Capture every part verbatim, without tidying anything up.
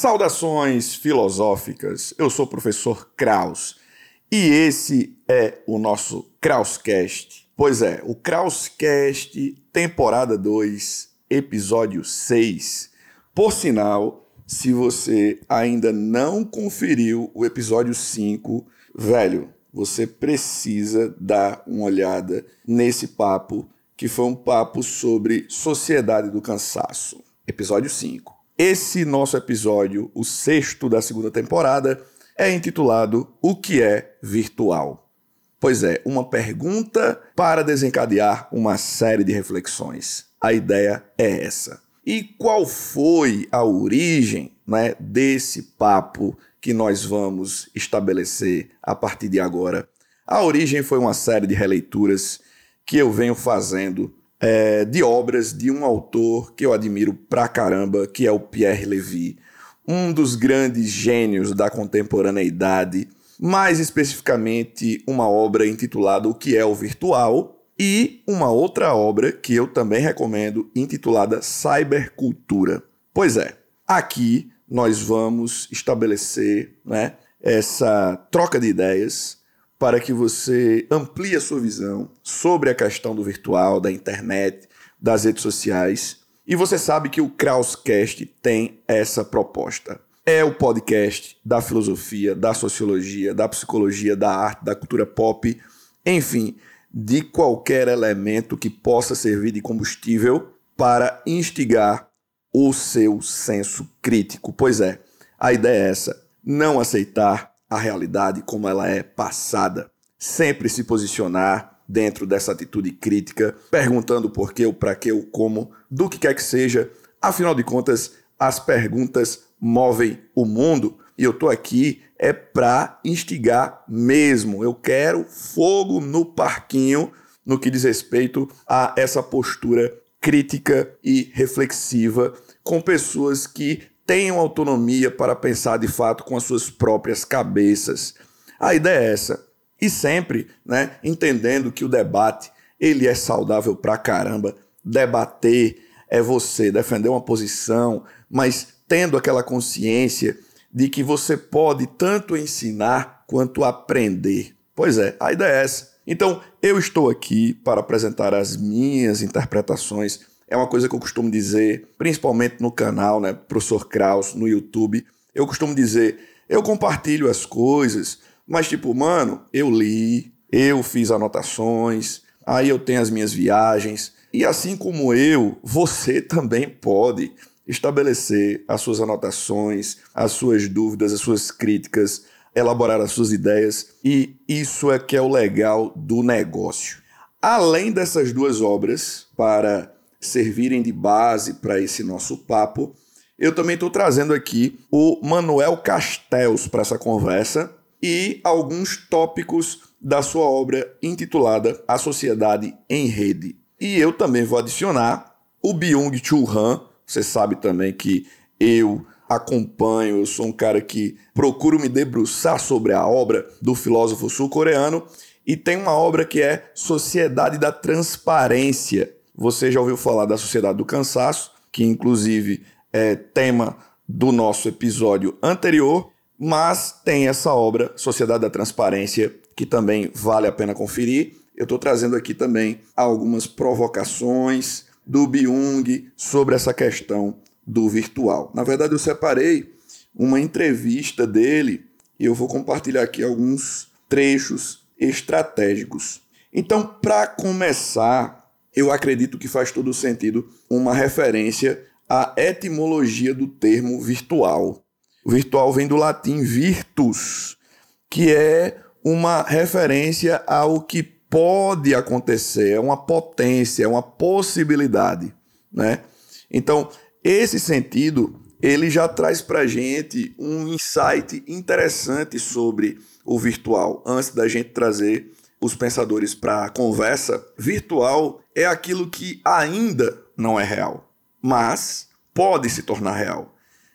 Saudações filosóficas, eu sou o professor Kraus e esse é o nosso Krauscast. Pois é, o Krauscast, temporada dois, episódio seis. Por sinal, se você ainda não conferiu o episódio cinco, velho, você precisa dar uma olhada nesse papo, que foi um papo sobre sociedade do cansaço. Episódio cinco. Esse nosso episódio, o sexto da segunda temporada, é intitulado O que é virtual? Pois é, uma pergunta para desencadear uma série de reflexões. A ideia é essa. E qual foi a origem, né, desse papo que nós vamos estabelecer a partir de agora? A origem foi uma série de releituras que eu venho fazendo É, de obras de um autor que eu admiro pra caramba, que é o Pierre Levy, um dos grandes gênios da contemporaneidade, mais especificamente uma obra intitulada O que é o virtual e uma outra obra que eu também recomendo, intitulada Cybercultura. Pois é, aqui nós vamos estabelecer, né, essa troca de ideias para que você amplie a sua visão sobre a questão do virtual, da internet, das redes sociais. E você sabe que o Krauscast tem essa proposta. É o podcast da filosofia, da sociologia, da psicologia, da arte, da cultura pop, enfim, de qualquer elemento que possa servir de combustível para instigar o seu senso crítico. Pois é, a ideia é essa, não aceitar a realidade como ela é passada. Sempre se posicionar dentro dessa atitude crítica, perguntando o porquê, o pra quê, o como, do que quer que seja. Afinal de contas, as perguntas movem o mundo e eu tô aqui é para instigar mesmo. Eu quero fogo no parquinho no que diz respeito a essa postura crítica e reflexiva com pessoas que tenham autonomia para pensar de fato com as suas próprias cabeças. A ideia é essa. E sempre, né, entendendo que o debate ele é saudável pra caramba. Debater é você defender uma posição, mas tendo aquela consciência de que você pode tanto ensinar quanto aprender. Pois é, a ideia é essa. Então, eu estou aqui para apresentar as minhas interpretações. É uma coisa que eu costumo dizer, principalmente no canal, né, Professor Kraus, no YouTube. Eu costumo dizer, eu compartilho as coisas, mas tipo, mano, eu li, eu fiz anotações, aí eu tenho as minhas viagens. E assim como eu, você também pode estabelecer as suas anotações, as suas dúvidas, as suas críticas, elaborar as suas ideias. E isso é que é o legal do negócio. Além dessas duas obras, para servirem de base para esse nosso papo, eu também estou trazendo aqui o Manuel Castells para essa conversa e alguns tópicos da sua obra intitulada A Sociedade em Rede. E eu também vou adicionar o Byung-Chul Han. Você sabe também que eu acompanho, eu sou um cara que procuro me debruçar sobre a obra do filósofo sul-coreano e tem uma obra que é Sociedade da Transparência. Você já ouviu falar da Sociedade do Cansaço, que inclusive é tema do nosso episódio anterior, mas tem essa obra, Sociedade da Transparência, que também vale a pena conferir. Eu estou trazendo aqui também algumas provocações do Byung sobre essa questão do virtual. Na verdade, eu separei uma entrevista dele e eu vou compartilhar aqui alguns trechos estratégicos. Então, para começar, eu acredito que faz todo sentido uma referência à etimologia do termo virtual. O virtual vem do latim virtus, que é uma referência ao que pode acontecer, é uma potência, é uma possibilidade, né? Então, esse sentido, ele já traz para a gente um insight interessante sobre o virtual, antes da gente trazer os pensadores para a conversa. Virtual é aquilo que ainda não é real, mas pode se tornar real.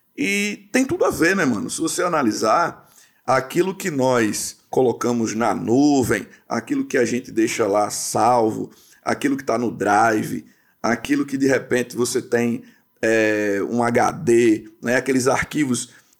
E tem tudo a ver, né, mano? Se você analisar, aquilo que nós colocamos na nuvem, aquilo que a gente deixa lá salvo, aquilo que está no Drive, aquilo que de repente você tem é, um H D, né, aqueles arquivos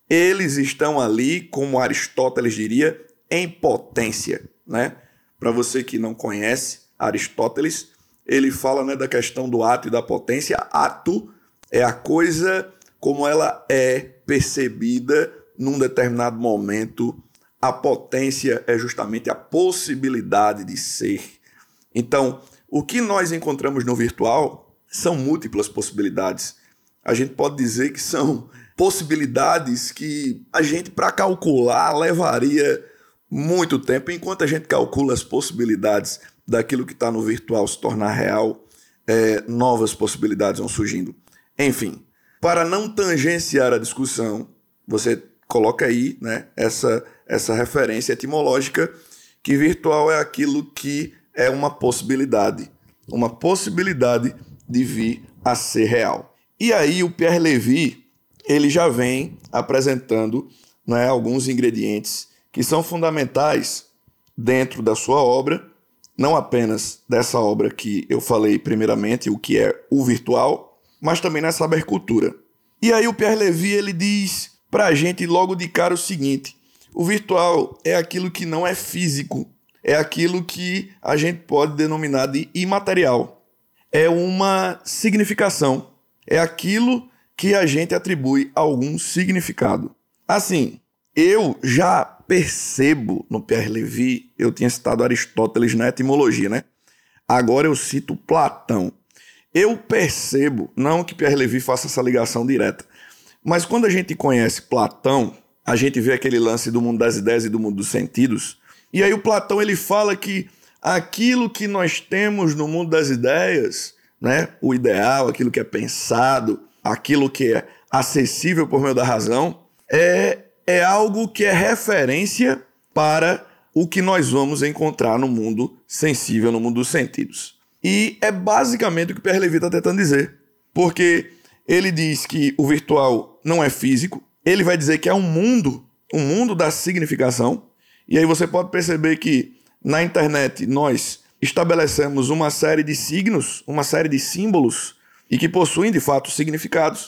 eles estão ali, como Aristóteles diria, em potência, né? Para você que não conhece Aristóteles, ele fala, né, da questão do ato e da potência. Ato é a coisa como ela é percebida num determinado momento. A potência é justamente a possibilidade de ser. Então, o que nós encontramos no virtual são múltiplas possibilidades. A gente pode dizer que são possibilidades que a gente, para calcular, levaria muito tempo. Enquanto a gente calcula as possibilidades daquilo que está no virtual se tornar real, é, novas possibilidades vão surgindo. Enfim, para não tangenciar a discussão, você coloca aí, né, essa, essa referência etimológica, que virtual é aquilo que é uma possibilidade, uma possibilidade de vir a ser real. E aí o Pierre Levy, ele já vem apresentando, né, alguns ingredientes que são fundamentais dentro da sua obra, não apenas dessa obra que eu falei primeiramente, o que é o virtual, mas também nessa abertura. E aí o Pierre Levy, ele diz para a gente logo de cara o seguinte: o virtual é aquilo que não é físico, é aquilo que a gente pode denominar de imaterial. É uma significação, é aquilo que a gente atribui algum significado. Assim, eu já percebo no Pierre Levy, eu tinha citado Aristóteles na etimologia, né? Agora eu cito Platão. Eu percebo, não que Pierre Levy faça essa ligação direta, mas quando a gente conhece Platão, a gente vê aquele lance do mundo das ideias e do mundo dos sentidos, e aí o Platão, ele fala que aquilo que nós temos no mundo das ideias, né, o ideal, aquilo que é pensado, aquilo que é acessível por meio da razão, é, é algo que é referência para o que nós vamos encontrar no mundo sensível, no mundo dos sentidos. E é basicamente o que Pierre Levy está tentando dizer, porque ele diz que o virtual não é físico, ele vai dizer que é um mundo, um mundo da significação, e aí você pode perceber que na internet nós estabelecemos uma série de signos, uma série de símbolos, e que possuem de fato significados,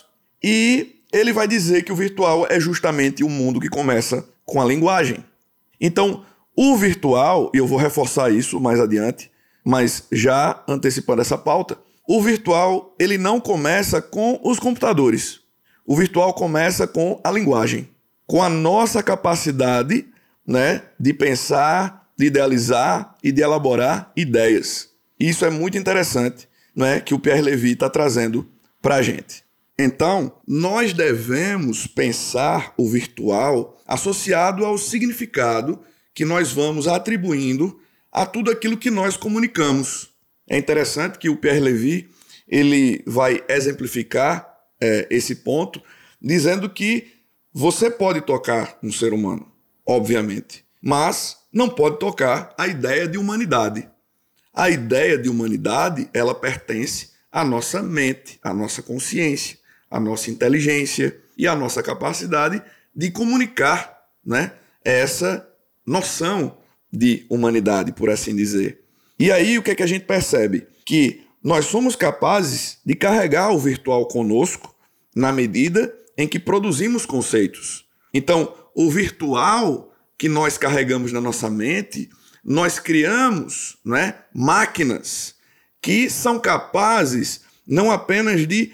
e ele vai dizer que o virtual é justamente o mundo que começa com a linguagem. Então, o virtual, e eu vou reforçar isso mais adiante, mas já antecipando essa pauta, o virtual ele não começa com os computadores. O virtual começa com a linguagem, com a nossa capacidade, né, de pensar, de idealizar e de elaborar ideias. Isso é muito interessante, né, que o Pierre Levy está trazendo para a gente. Então, nós devemos pensar o virtual associado ao significado que nós vamos atribuindo a tudo aquilo que nós comunicamos. É interessante que o Pierre Levy ele vai exemplificar é, esse ponto, dizendo que você pode tocar um ser humano, obviamente, mas não pode tocar a ideia de humanidade. A ideia de humanidade, ela pertence à nossa mente, à nossa consciência, à nossa inteligência e à nossa capacidade de comunicar, né, essa noção de humanidade, por assim dizer. E aí o que é que a gente percebe? Que nós somos capazes de carregar o virtual conosco na medida em que produzimos conceitos. Então, o virtual que nós carregamos na nossa mente, nós criamos, né, máquinas que são capazes não apenas de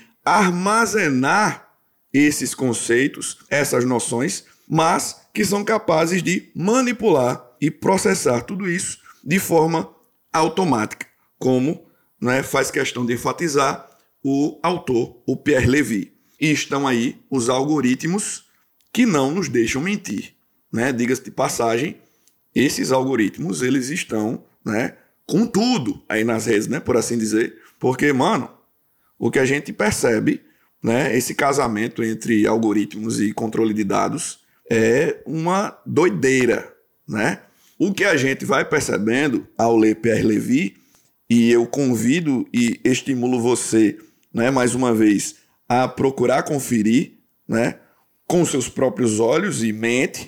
armazenar esses conceitos, essas noções, mas que são capazes de manipular e processar tudo isso de forma automática, como, né, faz questão de enfatizar o autor, o Pierre Levy. E estão aí os algoritmos que não nos deixam mentir, né? Diga-se de passagem, esses algoritmos, eles estão, né, com tudo aí nas redes, né, por assim dizer, porque, mano, o que a gente percebe, né, esse casamento entre algoritmos e controle de dados é uma doideira, né? O que a gente vai percebendo ao ler Pierre Levy, e eu convido e estimulo você, né, mais uma vez, a procurar conferir, né, com seus próprios olhos e mente,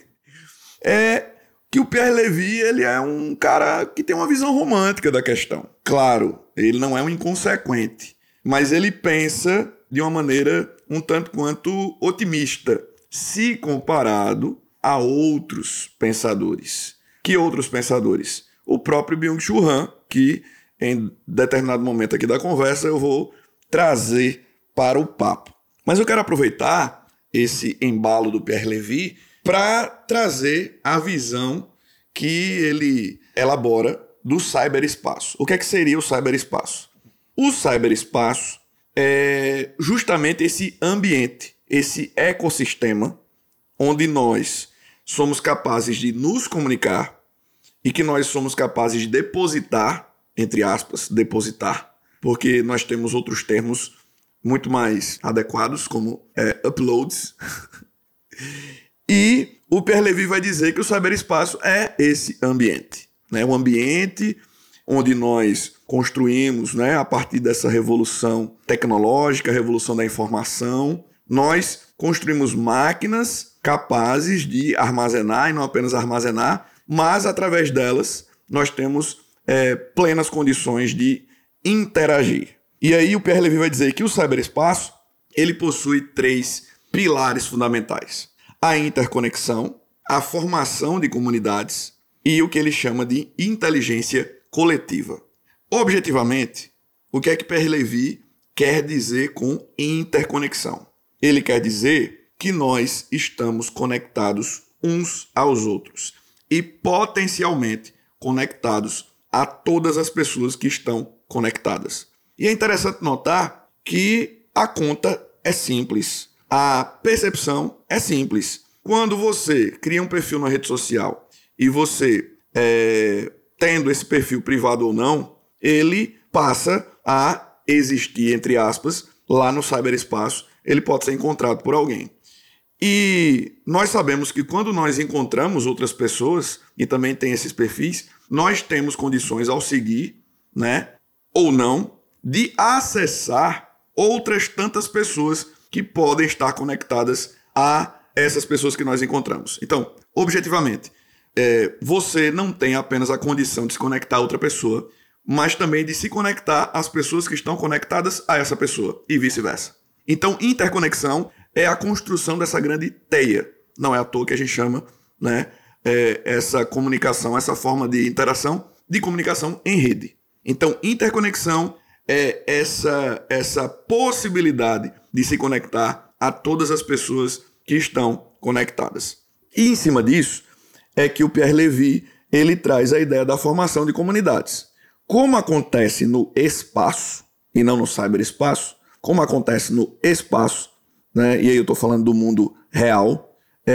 é que o Pierre Levy ele é um cara que tem uma visão romântica da questão. Claro, ele não é um inconsequente, mas ele pensa de uma maneira um tanto quanto otimista, se comparado a outros pensadores. Que outros pensadores? O próprio Byung-Chul Han, que em determinado momento aqui da conversa eu vou trazer para o papo. Mas eu quero aproveitar esse embalo do Pierre Levy para trazer a visão que ele elabora do cyberespaço. O que é que seria o cyberespaço? O cyberespaço é justamente esse ambiente, esse ecossistema onde nós somos capazes de nos comunicar e que nós somos capazes de depositar, entre aspas, depositar, porque nós temos outros termos muito mais adequados, como é, uploads. E o Pierre Levy vai dizer que o cyberespaço é esse ambiente, né? Um ambiente onde nós construímos, né, a partir dessa revolução tecnológica, a revolução da informação, nós construímos máquinas capazes de armazenar, e não apenas armazenar, mas através delas nós temos é, plenas condições de interagir. E aí o Pierre Levy vai dizer que o cyberespaço ele possui três pilares fundamentais: a interconexão, a formação de comunidades e o que ele chama de inteligência coletiva. Objetivamente, o que é que Pierre Levy quer dizer com interconexão? Ele quer dizer que nós estamos conectados uns aos outros e potencialmente conectados a todas as pessoas que estão conectadas. E é interessante notar que a conta é simples, a percepção é simples. Quando você cria um perfil na rede social e você, é, tendo esse perfil privado ou não, ele passa a existir, entre aspas, lá no cyberespaço, ele pode ser encontrado por alguém. E nós sabemos que quando nós encontramos outras pessoas, e também tem esses perfis, nós temos condições ao seguir, né, ou não, de acessar outras tantas pessoas que podem estar conectadas a essas pessoas que nós encontramos. Então, objetivamente, é, você não tem apenas a condição de se conectar a outra pessoa, mas também de se conectar às pessoas que estão conectadas a essa pessoa, e vice-versa. Então, interconexão é a construção dessa grande teia. Não é à toa que a gente chama, né, é, essa comunicação, essa forma de interação, de comunicação em rede. Então, interconexão é essa, essa possibilidade de se conectar a todas as pessoas que estão conectadas. E em cima disso é que o Pierre Levy ele traz a ideia da formação de comunidades. Como acontece no espaço e não no cyberespaço, como acontece no espaço, né, e aí eu estou falando do mundo real,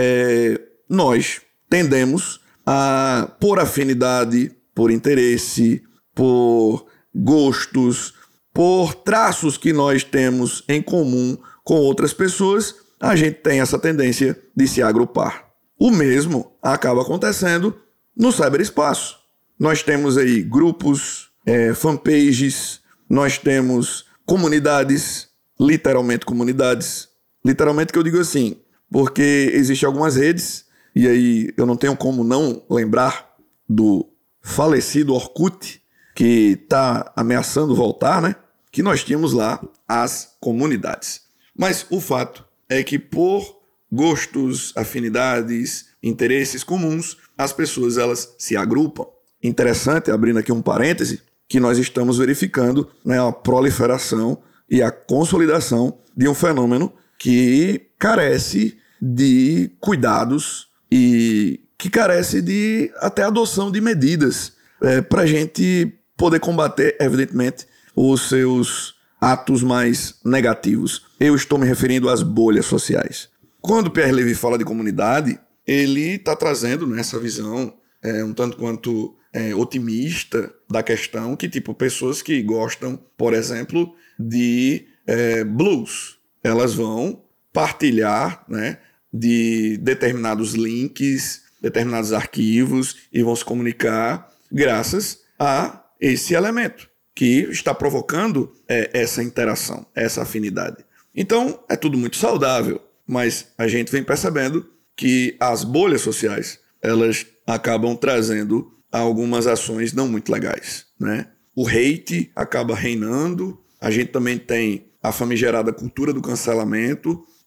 é, nós tendemos a, por afinidade, por interesse, por gostos, por traços que nós temos em comum com outras pessoas, a gente tem essa tendência de se agrupar. O mesmo acaba acontecendo no cyberespaço. Nós temos aí grupos, é, fanpages, nós temos comunidades, literalmente comunidades. Literalmente que eu digo assim, porque existem algumas redes, e aí eu não tenho como não lembrar do falecido Orkut, que está ameaçando voltar, né? Que nós tínhamos lá as comunidades. Mas o fato é que por gostos, afinidades, interesses comuns, as pessoas elas se agrupam. Interessante, abrindo aqui um parêntese, que nós estamos verificando, né, a proliferação e a consolidação de um fenômeno que carece de cuidados e que carece de até adoção de medidas é, para a gente poder combater, evidentemente, os seus atos mais negativos. Eu estou me referindo às bolhas sociais. Quando Pierre Levy fala de comunidade, ele está trazendo nessa visão é, um tanto quanto é, otimista da questão, que tipo, pessoas que gostam, por exemplo, de é, blues, elas vão partilhar, né, de determinados links, determinados arquivos e vão se comunicar graças a esse elemento que está provocando é, essa interação, essa afinidade. Então, é tudo muito saudável, mas a gente vem percebendo que as bolhas sociais, elas acabam trazendo algumas ações não muito legais, né? O hate acaba reinando, a gente também tem a famigerada cultura do cancelamento,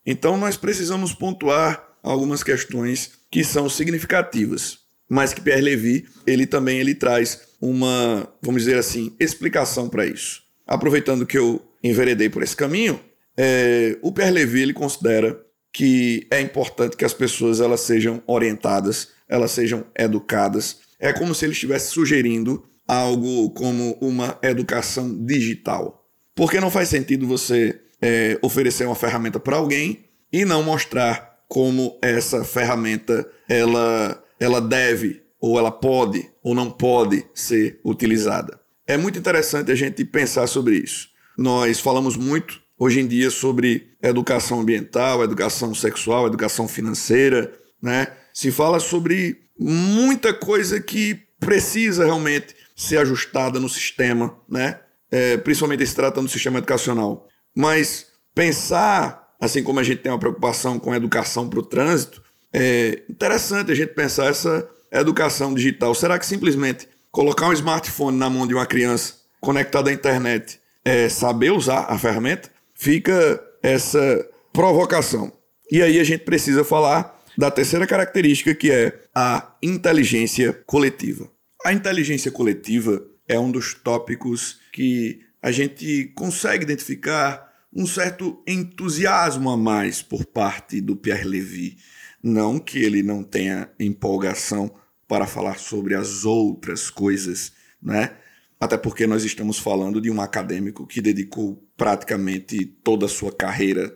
Então nós precisamos pontuar algumas questões que são significativas, mas que Pierre Levy, ele também ele traz uma, vamos dizer assim, explicação para isso. Aproveitando que eu enveredei por esse caminho, é, o Pierre Levy ele considera que é importante que as pessoas elas sejam orientadas, elas sejam educadas. É como se ele estivesse sugerindo algo como uma educação digital. Porque não faz sentido você é, oferecer uma ferramenta para alguém e não mostrar como essa ferramenta ela, ela deve, ou ela pode, ou não pode ser utilizada. É muito interessante a gente pensar sobre isso. Nós falamos muito hoje em dia sobre educação ambiental, educação sexual, educação financeira, né? Se fala sobre muita coisa que precisa realmente ser ajustada no sistema, né? É, principalmente se tratando do sistema educacional. Mas pensar, assim como a gente tem uma preocupação com a educação para o trânsito, é interessante a gente pensar essa educação digital. Será que simplesmente colocar um smartphone na mão de uma criança conectada à internet é saber usar a ferramenta? Fica essa provocação. E aí a gente precisa falar da terceira característica, que é a inteligência coletiva. A inteligência coletiva é um dos tópicos que a gente consegue identificar um certo entusiasmo a mais por parte do Pierre Levy. Não que ele não tenha empolgação para falar sobre as outras coisas, né? Até porque nós estamos falando de um acadêmico que dedicou praticamente toda a sua carreira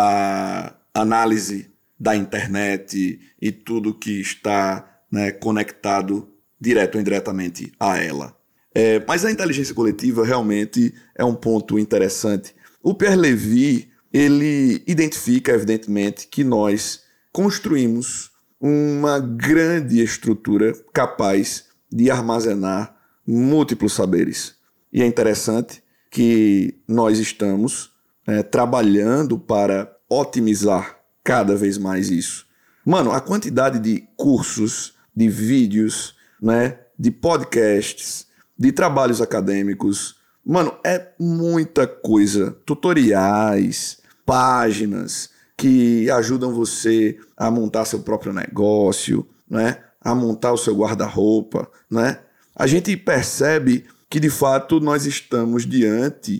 à análise da internet e tudo que está, né, conectado direto ou indiretamente a ela. É, mas a inteligência coletiva realmente é um ponto interessante. O Pierre Levy, ele identifica, evidentemente, que nós construímos uma grande estrutura capaz de armazenar múltiplos saberes. E é interessante que nós estamos é, trabalhando para otimizar cada vez mais isso. Mano, a quantidade de cursos, de vídeos, né, de podcasts, de trabalhos acadêmicos, mano, é muita coisa. Tutoriais, páginas que ajudam você a montar seu próprio negócio, né, a montar o seu guarda-roupa, né? A gente percebe que, de fato, nós estamos diante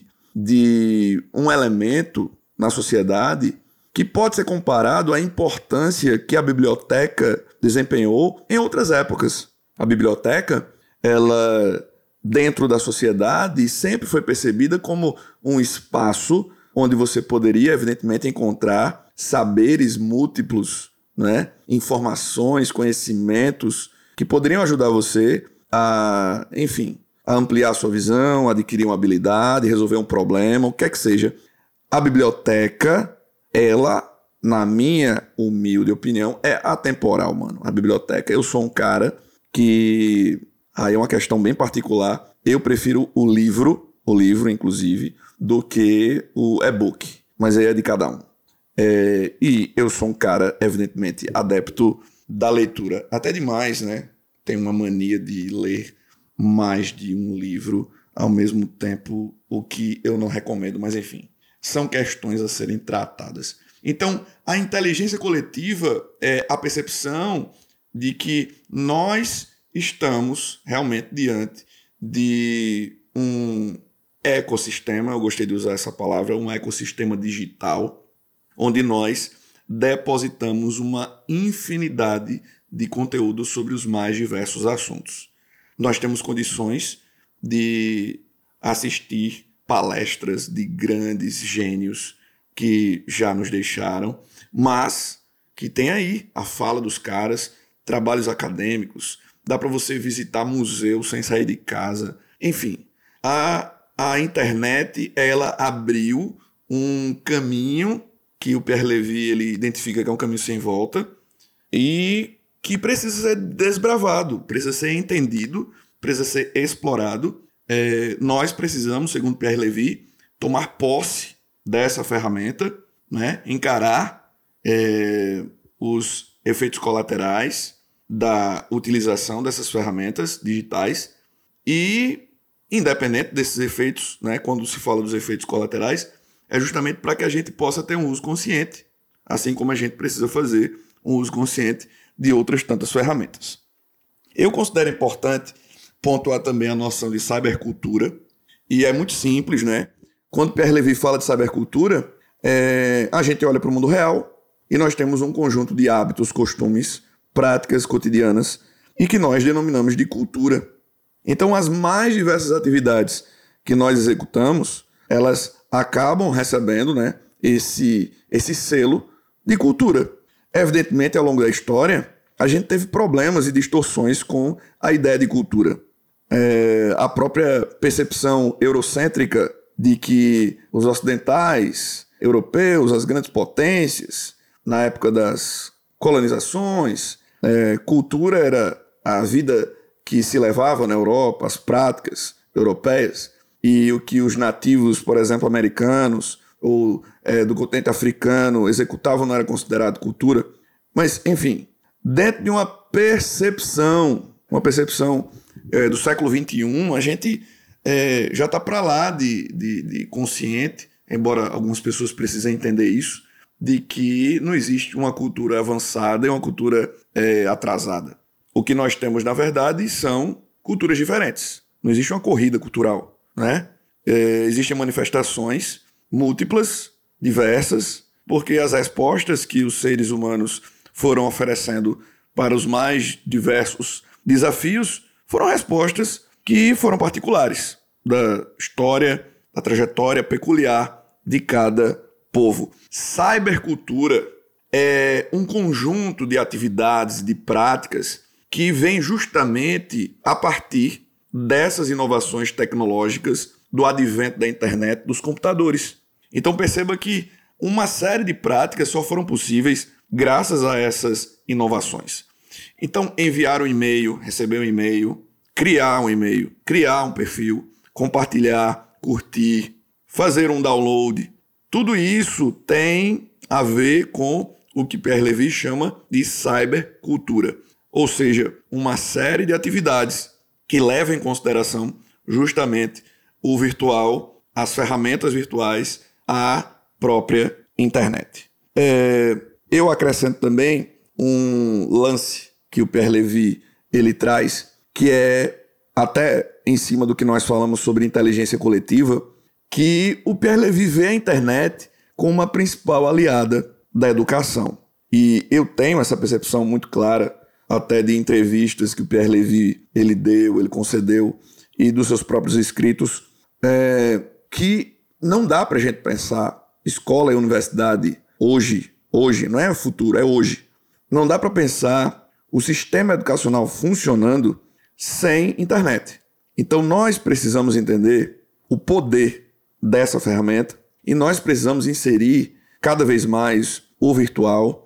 de um elemento na sociedade que pode ser comparado à importância que a biblioteca desempenhou em outras épocas. A biblioteca, ela, dentro da sociedade, sempre foi percebida como um espaço onde você poderia, evidentemente, encontrar saberes múltiplos, né? Informações, conhecimentos que poderiam ajudar você a, enfim, a ampliar a sua visão, adquirir uma habilidade, resolver um problema, o que é que seja. A biblioteca, ela, na minha humilde opinião, é atemporal, mano. A biblioteca. Eu sou um cara que... Aí é uma questão bem particular. Eu prefiro o livro, o livro, inclusive, do que o e-book. Mas aí é de cada um. É, e eu sou um cara, evidentemente, adepto da leitura. Até demais, né? Tenho uma mania de ler mais de um livro ao mesmo tempo, o que eu não recomendo, mas enfim, são questões a serem tratadas. Então, a inteligência coletiva é a percepção de que nós estamos realmente diante de um ecossistema, eu gostei de usar essa palavra, um ecossistema digital, onde nós depositamos uma infinidade de conteúdo sobre os mais diversos assuntos. Nós temos condições de assistir palestras de grandes gênios que já nos deixaram, mas que tem aí a fala dos caras, trabalhos acadêmicos, dá para você visitar museus sem sair de casa. Enfim, a, a internet, ela abriu um caminho que o Pierre Levy ele identifica que é um caminho sem volta e que precisa ser desbravado, precisa ser entendido, precisa ser explorado. É, nós precisamos, segundo Pierre Levy, tomar posse dessa ferramenta, né? Encarar é, os efeitos colaterais da utilização dessas ferramentas digitais e, independente desses efeitos, né, quando se fala dos efeitos colaterais, é justamente para que a gente possa ter um uso consciente. assim como a gente precisa fazer um uso consciente de outras tantas ferramentas. Eu considero importante pontuar também a noção de cybercultura, e é muito simples, né? Quando Pierre Levy fala de cybercultura, é, a gente olha para o mundo real e nós temos um conjunto de hábitos, costumes, práticas cotidianas e que nós denominamos de cultura. Então, as mais diversas atividades que nós executamos, elas acabam recebendo, né, esse, esse selo de cultura. Evidentemente, ao longo da história, a gente teve problemas e distorções com a ideia de cultura. É, a própria percepção eurocêntrica de que os ocidentais, europeus, as grandes potências, na época das colonizações, é, cultura era a vida que se levava na Europa, as práticas europeias, e o que os nativos, por exemplo, americanos ou é, do continente africano executavam não era considerado cultura. Mas, enfim, dentro de uma percepção, uma percepção é, do século vinte e um, a gente é, já está para lá de, de, de consciente, embora algumas pessoas precisem entender isso, de que não existe uma cultura avançada e uma cultura é, atrasada. O que nós temos, na verdade, são culturas diferentes. Não existe uma corrida cultural, né? É, existem manifestações múltiplas, diversas, porque as respostas que os seres humanos foram oferecendo para os mais diversos desafios foram respostas que foram particulares da história, da trajetória peculiar de cada povo. Cybercultura é um conjunto de atividades, de práticas que vem justamente a partir dessas inovações tecnológicas do advento da internet, dos computadores. Então perceba que uma série de práticas só foram possíveis graças a essas inovações. Então enviar um e-mail, receber um e-mail, criar um e-mail, criar um perfil, compartilhar, curtir, fazer um download, tudo isso tem a ver com o que Pierre Levy chama de cybercultura, ou seja, uma série de atividades que levam em consideração justamente o virtual, as ferramentas virtuais, a própria internet. É, eu acrescento também um lance que o Pierre Levy ele traz, que é até em cima do que nós falamos sobre inteligência coletiva, que o Pierre Levy vê a internet como uma principal aliada da educação. E eu tenho essa percepção muito clara, até de entrevistas que o Pierre Levy ele deu, ele concedeu, e dos seus próprios escritos, é, que não dá para a gente pensar escola e universidade hoje, hoje, não é futuro, é hoje. Não dá para pensar o sistema educacional funcionando sem internet. Então nós precisamos entender o poder dessa ferramenta e nós precisamos inserir cada vez mais o virtual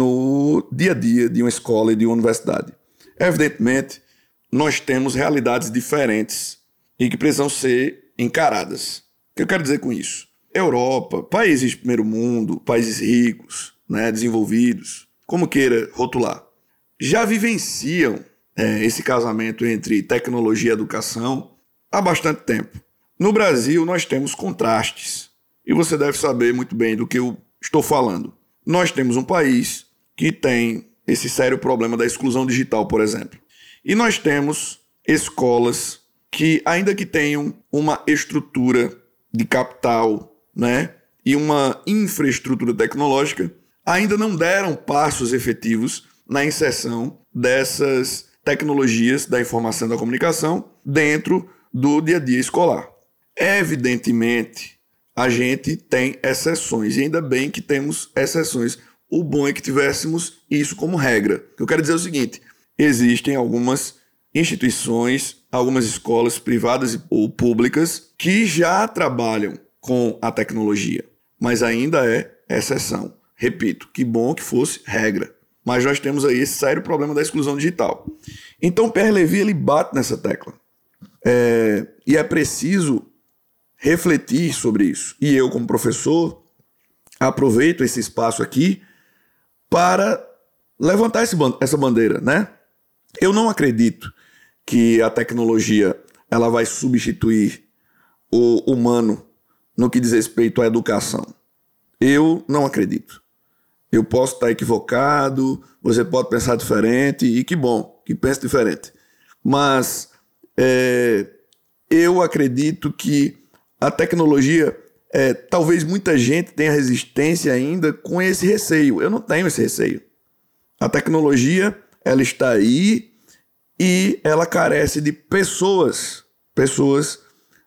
no dia a dia de uma escola e de uma universidade. Evidentemente, nós temos realidades diferentes e que precisam ser encaradas. O que eu quero dizer com isso? Europa, países de primeiro mundo, países ricos, né, desenvolvidos, como queira rotular, já vivenciam é, esse casamento entre tecnologia e educação há bastante tempo. No Brasil, nós temos contrastes. E você deve saber muito bem do que eu estou falando. Nós temos um país que tem esse sério problema da exclusão digital, por exemplo. E nós temos escolas que, ainda que tenham uma estrutura de capital, né, e uma infraestrutura tecnológica, ainda não deram passos efetivos na inserção dessas tecnologias da informação e da comunicação dentro do dia a dia escolar. Evidentemente, a gente tem exceções, e ainda bem que temos exceções. O bom é que tivéssemos isso como regra. O que eu quero dizer é o seguinte: existem algumas instituições, algumas escolas privadas ou públicas que já trabalham com a tecnologia, mas ainda é exceção. Repito, que bom que fosse regra. Mas nós temos aí esse sério problema da exclusão digital. Então, Pierre Levy ele bate nessa tecla. É, e é preciso refletir sobre isso. E eu, como professor, aproveito esse espaço aqui para levantar esse, essa bandeira, né? Eu não acredito que a tecnologia ela vai substituir o humano no que diz respeito à educação. Eu não acredito. Eu posso estar equivocado, você pode pensar diferente, e que bom que pense diferente. Mas é, eu acredito que a tecnologia, é, talvez muita gente tenha resistência ainda com esse receio. Eu não tenho esse receio. A tecnologia, ela está aí e ela carece de pessoas, pessoas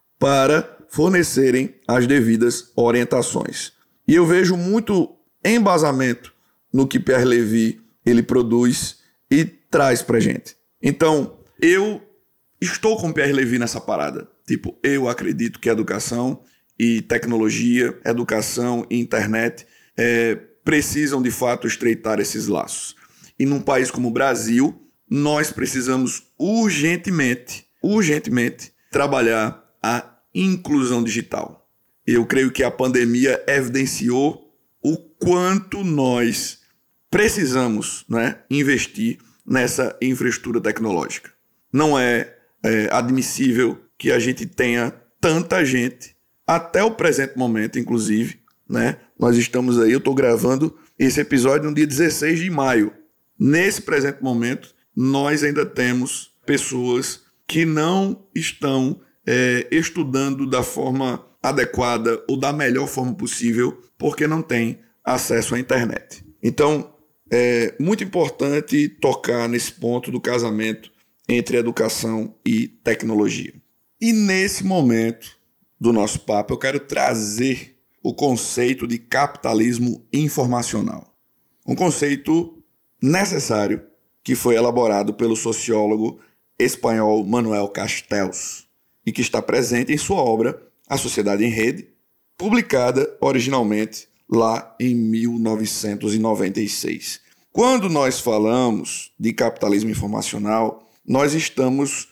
para fornecerem as devidas orientações. E eu vejo muito embasamento no que Pierre Levy ele produz e traz pra gente. Então, eu estou com Pierre Levy nessa parada. Tipo, eu acredito que educação e tecnologia, educação e internet é, precisam de fato estreitar esses laços. E num país como o Brasil, nós precisamos urgentemente, urgentemente trabalhar a inclusão digital. Eu creio que a pandemia evidenciou o quanto nós precisamos, né, investir nessa infraestrutura tecnológica. Não é, é admissível que a gente tenha tanta gente, até o presente momento, inclusive, né? Nós estamos aí, eu estou gravando esse episódio no dia dezesseis de maio. Nesse presente momento, nós ainda temos pessoas que não estão é, estudando da forma adequada ou da melhor forma possível, porque não têm acesso à internet. Então, é muito importante tocar nesse ponto do casamento entre educação e tecnologia. E nesse momento do nosso papo, eu quero trazer o conceito de capitalismo informacional. Um conceito necessário que foi elaborado pelo sociólogo espanhol Manuel Castells e que está presente em sua obra A Sociedade em Rede, publicada originalmente lá em mil novecentos e noventa e seis. Quando nós falamos de capitalismo informacional, nós estamos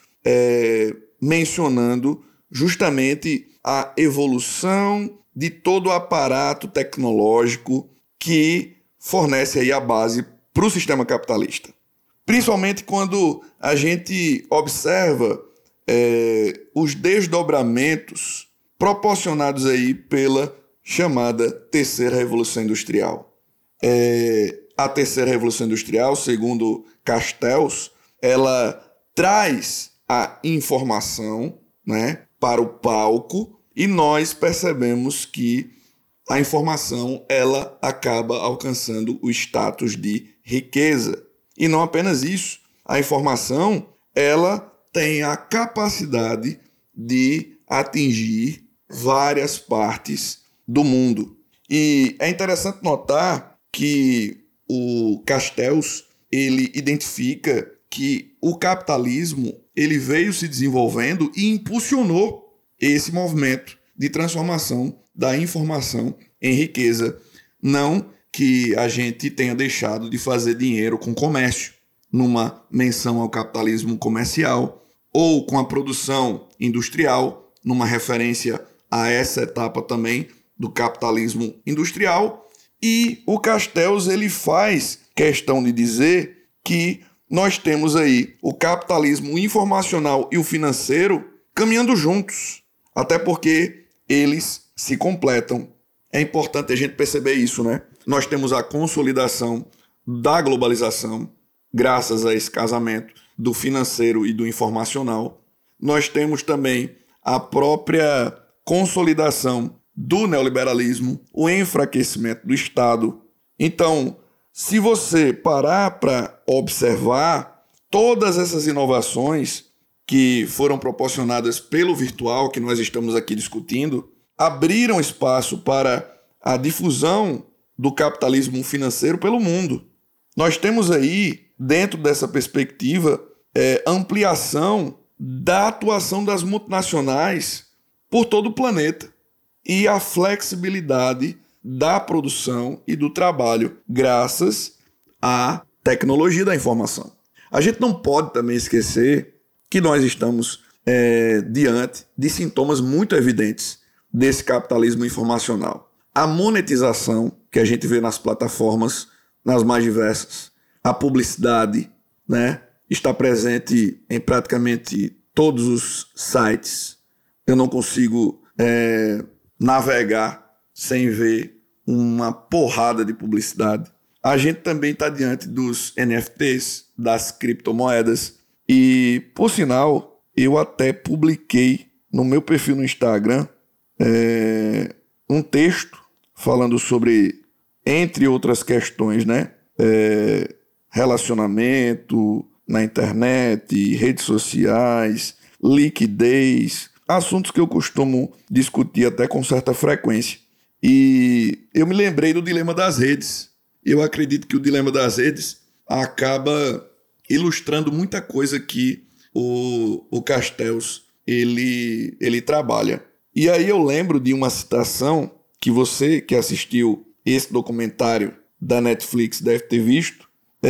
é, mencionando justamente a evolução de todo o aparato tecnológico que fornece aí a base para o sistema capitalista. Principalmente quando a gente observa é, os desdobramentos proporcionados aí pela chamada Terceira Revolução Industrial. É, a Terceira Revolução Industrial, segundo Castells, ela traz a informação, né, para o palco e nós percebemos que a informação ela acaba alcançando o status de riqueza. E não apenas isso, a informação ela tem a capacidade de atingir várias partes do mundo. E é interessante notar que o Castells ele identifica que o capitalismo ele veio se desenvolvendo e impulsionou esse movimento de transformação da informação em riqueza. Não que a gente tenha deixado de fazer dinheiro com comércio, numa menção ao capitalismo comercial, ou com a produção industrial, numa referência a essa etapa também do capitalismo industrial. E o Castells ele faz questão de dizer que nós temos aí o capitalismo informacional e o financeiro caminhando juntos, até porque eles se completam. É importante a gente perceber isso, né? Nós temos a consolidação da globalização, graças a esse casamento do financeiro e do informacional. Nós temos também a própria consolidação do neoliberalismo, o enfraquecimento do Estado. Então, se você parar para observar todas essas inovações que foram proporcionadas pelo virtual, que nós estamos aqui discutindo, abriram espaço para a difusão do capitalismo financeiro pelo mundo. Nós temos aí, dentro dessa perspectiva, é, ampliação da atuação das multinacionais por todo o planeta e a flexibilidade da produção e do trabalho graças à tecnologia da informação. A gente não pode também esquecer que nós estamos é, diante de sintomas muito evidentes desse capitalismo informacional. A monetização que a gente vê nas plataformas, nas mais diversas, a publicidade, né, está presente em praticamente todos os sites. Eu não consigo é, navegar sem ver uma porrada de publicidade. a gente também está diante dos N F Ts, das criptomoedas. E, por sinal, eu até publiquei no meu perfil no Instagram é, um texto falando sobre, entre outras questões, né? É, relacionamento na internet, redes sociais, liquidez, assuntos que eu costumo discutir até com certa frequência. E eu me lembrei do dilema das redes. Eu acredito que o dilema das redes acaba ilustrando muita coisa que o, o Castells ele, ele trabalha. E aí eu lembro de uma citação que você que assistiu esse documentário da Netflix deve ter visto,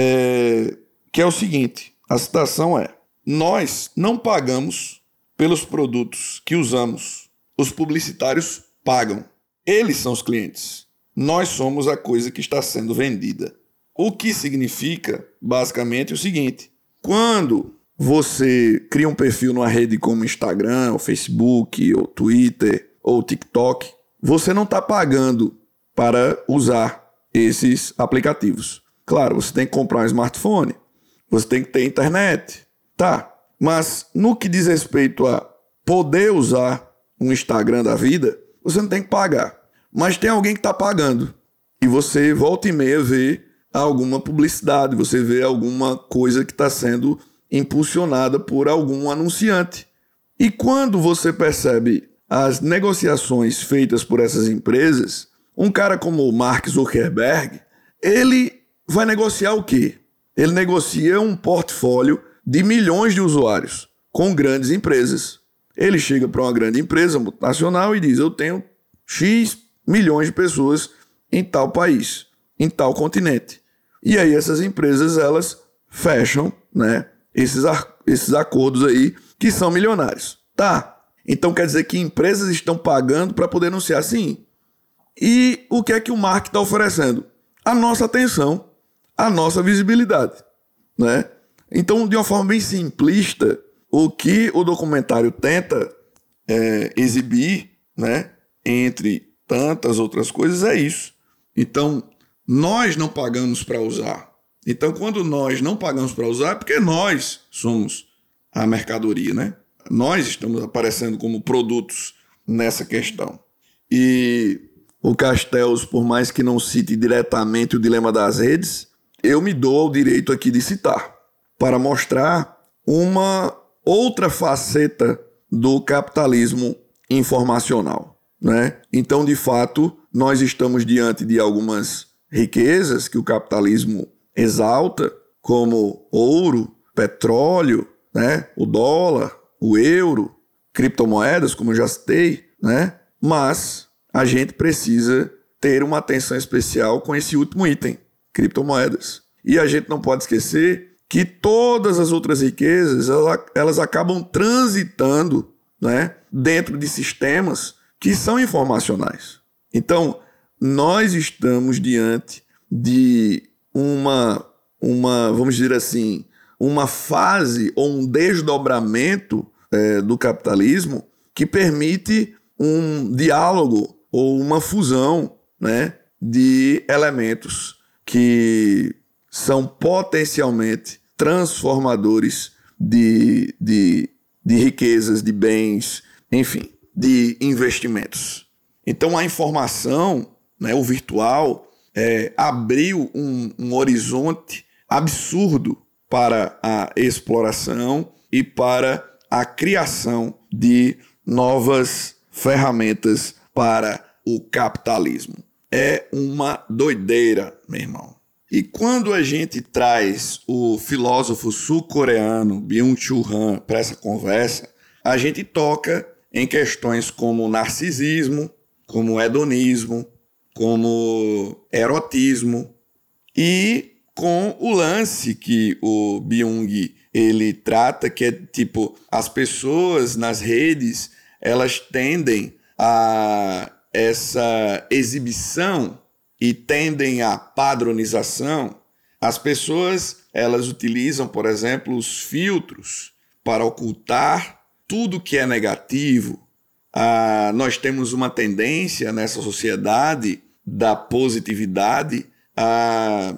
é, que é o seguinte, a citação é: nós não pagamos pelos produtos que usamos, os publicitários pagam. Eles são os clientes. Nós somos a coisa que está sendo vendida. O que significa, basicamente, o seguinte: quando você cria um perfil numa rede como Instagram, ou Facebook, ou Twitter, ou TikTok, você não está pagando para usar esses aplicativos. Claro, você tem que comprar um smartphone, você tem que ter internet, tá? Mas no que diz respeito a poder usar um Instagram da vida, você não tem que pagar. Mas tem alguém que está pagando. E você volta e meia vê alguma publicidade, você vê alguma coisa que está sendo impulsionada por algum anunciante. E quando você percebe as negociações feitas por essas empresas, um cara como o Mark Zuckerberg, ele vai negociar o quê? Ele negocia um portfólio de milhões de usuários com grandes empresas. Ele chega para uma grande empresa multinacional e diz: eu tenho X milhões de pessoas em tal país, em tal continente. E aí essas empresas, elas fecham, né, esses, esses acordos aí que são milionários. Tá, então quer dizer que empresas estão pagando para poder anunciar, sim. E o que é que o Mark está oferecendo? A nossa atenção, a nossa visibilidade, né? Então, de uma forma bem simplista, o que o documentário tenta é, exibir, né, entre tantas outras coisas, é isso. Então, nós não pagamos para usar. Então, quando nós não pagamos para usar, é porque nós somos a mercadoria, né? Nós estamos aparecendo como produtos nessa questão. E o Castells, por mais que não cite diretamente o dilema das redes, eu me dou ao direito aqui de citar, para mostrar uma outra faceta do capitalismo informacional, né? Então, de fato, nós estamos diante de algumas riquezas que o capitalismo exalta, como ouro, petróleo, né? O dólar, o euro, criptomoedas, como eu já citei, né? Mas a gente precisa ter uma atenção especial com esse último item, criptomoedas. E a gente não pode esquecer que todas as outras riquezas, elas, elas acabam transitando, né, dentro de sistemas que são informacionais. Então, nós estamos diante de uma, uma, vamos dizer assim, uma fase ou um desdobramento é, do capitalismo que permite um diálogo ou uma fusão, né, de elementos que são potencialmente transformadores de, de, de riquezas, de bens, enfim, de investimentos. Então a informação, né, o virtual, é, abriu um, um horizonte absurdo para a exploração e para a criação de novas ferramentas para o capitalismo. É uma doideira, meu irmão. E quando a gente traz o filósofo sul-coreano Byung-Chul Han para essa conversa, a gente toca em questões como narcisismo, como hedonismo, como erotismo, e com o lance que o Byung ele trata, que é tipo, as pessoas nas redes, elas tendem a essa exibição e tendem à padronização. As pessoas, elas utilizam, por exemplo, os filtros para ocultar tudo que é negativo. Ah, nós temos uma tendência nessa sociedade da positividade a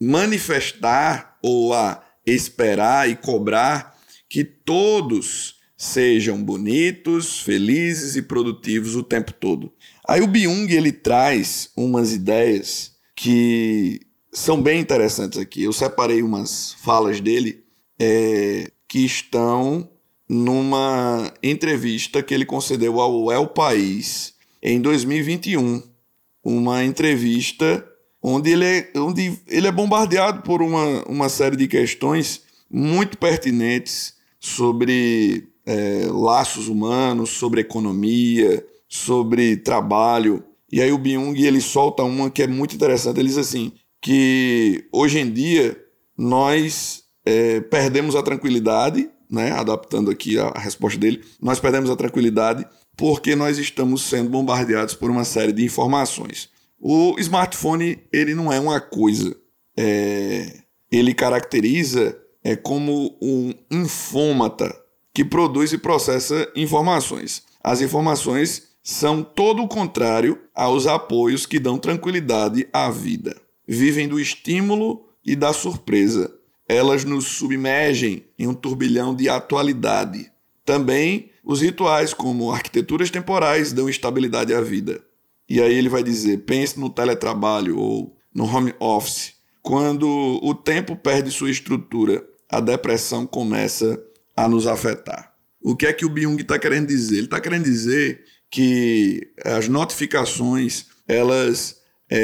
manifestar ou a esperar e cobrar que todos sejam bonitos, felizes e produtivos o tempo todo. Aí o Byung, ele traz umas ideias que são bem interessantes aqui. Eu separei umas falas dele é, que estão numa entrevista que ele concedeu ao El País em dois mil e vinte e um. Uma entrevista onde ele é, onde ele é bombardeado por uma, uma série de questões muito pertinentes sobre é, laços humanos, sobre economia, sobre trabalho. E aí o Byung, ele solta uma que é muito interessante. Ele diz assim, que hoje em dia nós é, perdemos a tranquilidade, né? Adaptando aqui a, a resposta dele, nós perdemos a tranquilidade porque nós estamos sendo bombardeados por uma série de informações. O smartphone, ele não é uma coisa, é, ele caracteriza é, como um infômata que produz e processa informações. As informações são todo o contrário aos apoios que dão tranquilidade à vida. Vivem do estímulo e da surpresa. Elas nos submergem em um turbilhão de atualidade. Também os rituais como arquiteturas temporais dão estabilidade à vida. E aí ele vai dizer, pense no teletrabalho ou no home office. Quando o tempo perde sua estrutura, a depressão começa a nos afetar. O que é que o Byung está querendo dizer? Ele está querendo dizer que as notificações, elas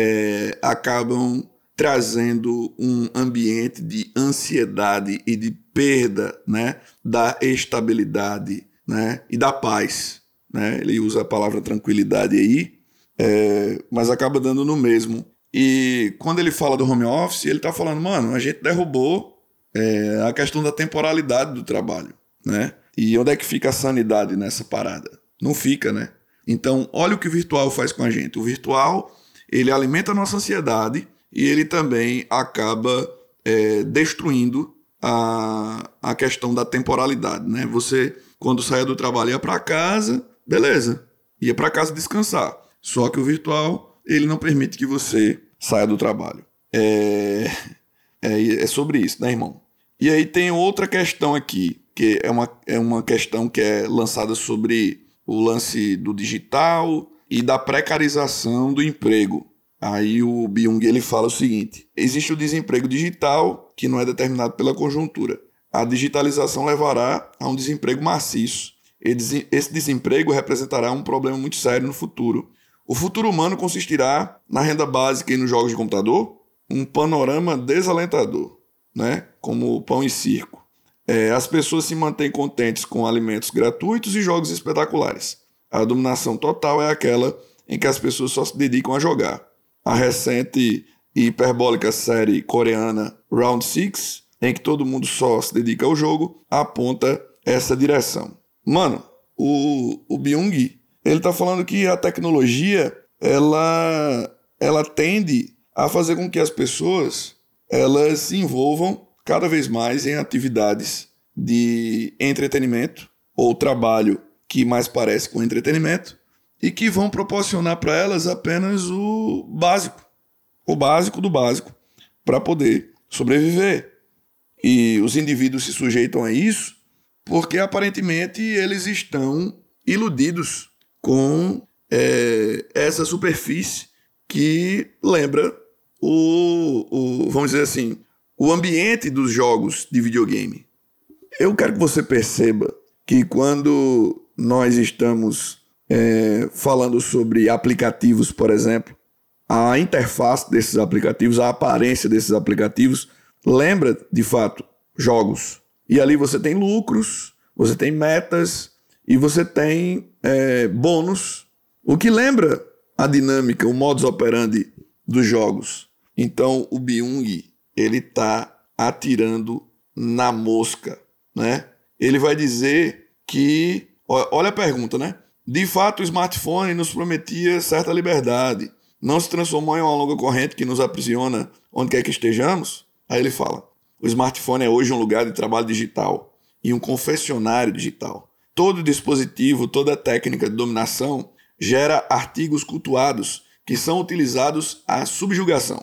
é, acabam trazendo um ambiente de ansiedade e de perda, né, da estabilidade, né, e da paz. Né? Ele usa a palavra tranquilidade aí, é, mas acaba dando no mesmo. E quando ele fala do home office, ele está falando, mano, a gente derrubou é, a questão da temporalidade do trabalho. Né? E onde é que fica a sanidade nessa parada? Não fica, né? Então, olha o que o virtual faz com a gente. O virtual, ele alimenta a nossa ansiedade e ele também acaba é, destruindo a, a questão da temporalidade, né? Você, quando saia do trabalho, ia para casa, beleza, ia para casa descansar. Só que o virtual, ele não permite que você saia do trabalho. É, é, é sobre isso, né, irmão? E aí tem outra questão aqui, que é uma, é uma questão que é lançada sobre o lance do digital e da precarização do emprego. Aí o Byung, ele fala o seguinte, existe o desemprego digital que não é determinado pela conjuntura. A digitalização levará a um desemprego maciço. Esse desemprego representará um problema muito sério no futuro. O futuro humano consistirá na renda básica e nos jogos de computador, um panorama desalentador, né? Como pão e circo. É, as pessoas se mantêm contentes com alimentos gratuitos e jogos espetaculares. A dominação total é aquela em que as pessoas só se dedicam a jogar. A recente e hiperbólica série coreana Round Six, em que todo mundo só se dedica ao jogo, aponta essa direção. Mano, o, o Byung, ele tá falando que a tecnologia, ela, ela tende a fazer com que as pessoas elas se envolvam cada vez mais em atividades de entretenimento ou trabalho que mais parece com entretenimento e que vão proporcionar para elas apenas o básico, o básico do básico, para poder sobreviver. E os indivíduos se sujeitam a isso porque aparentemente eles estão iludidos com é, essa superfície que lembra o, o, vamos dizer assim, o ambiente dos jogos de videogame. Eu quero que você perceba que quando nós estamos é, falando sobre aplicativos, por exemplo, a interface desses aplicativos, a aparência desses aplicativos, lembra, de fato, jogos. E ali você tem lucros, você tem metas e você tem é, bônus, o que lembra a dinâmica, o modus operandi dos jogos. Então, o Byung, ele está atirando na mosca, né? Ele vai dizer que, olha a pergunta, né? De fato, o smartphone nos prometia certa liberdade. Não se transformou em uma longa corrente que nos aprisiona onde quer que estejamos? Aí ele fala, o smartphone é hoje um lugar de trabalho digital e um confessionário digital. Todo dispositivo, toda técnica de dominação gera artigos cultuados que são utilizados à subjugação.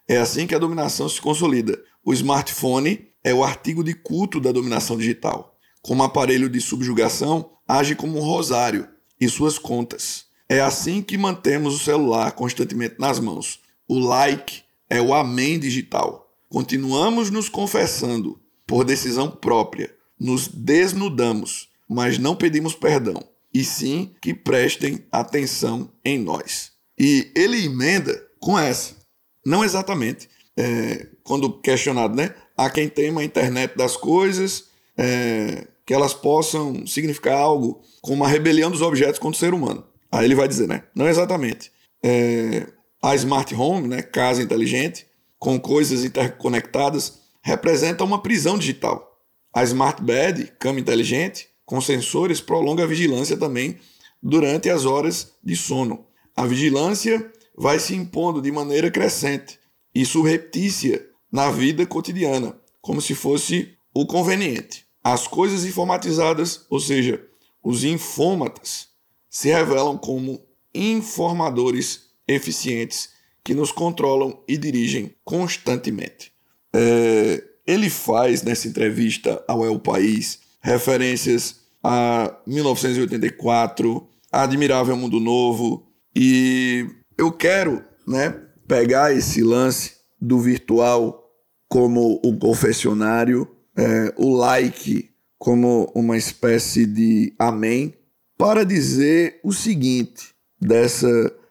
É assim que a dominação se consolida. O smartphone é o artigo de culto da dominação digital. Como aparelho de subjugação, age como um rosário e suas contas. É assim que mantemos o celular constantemente nas mãos. O like é o amém digital. Continuamos nos confessando por decisão própria. Nos desnudamos, mas não pedimos perdão. E sim que prestem atenção em nós. E ele emenda com essa. Não exatamente. É, quando questionado, né? Há quem tema a internet das coisas, é, que elas possam significar algo como a rebelião dos objetos contra o ser humano. Aí ele vai dizer, né? Não exatamente. É, a smart home, né? Casa inteligente, com coisas interconectadas, representa uma prisão digital. A smart bed, cama inteligente, com sensores, prolonga a vigilância também durante as horas de sono. A vigilância vai se impondo de maneira crescente e subreptícia na vida cotidiana, como se fosse o conveniente. As coisas informatizadas, ou seja, os infômatas, se revelam como informadores eficientes que nos controlam e dirigem constantemente. É, ele faz, nessa entrevista ao El País, referências a mil novecentos e oitenta e quatro, a Admirável Mundo Novo, e eu quero, né, pegar esse lance do virtual como um confessionário, é, o like como uma espécie de amém, para dizer o seguinte dessa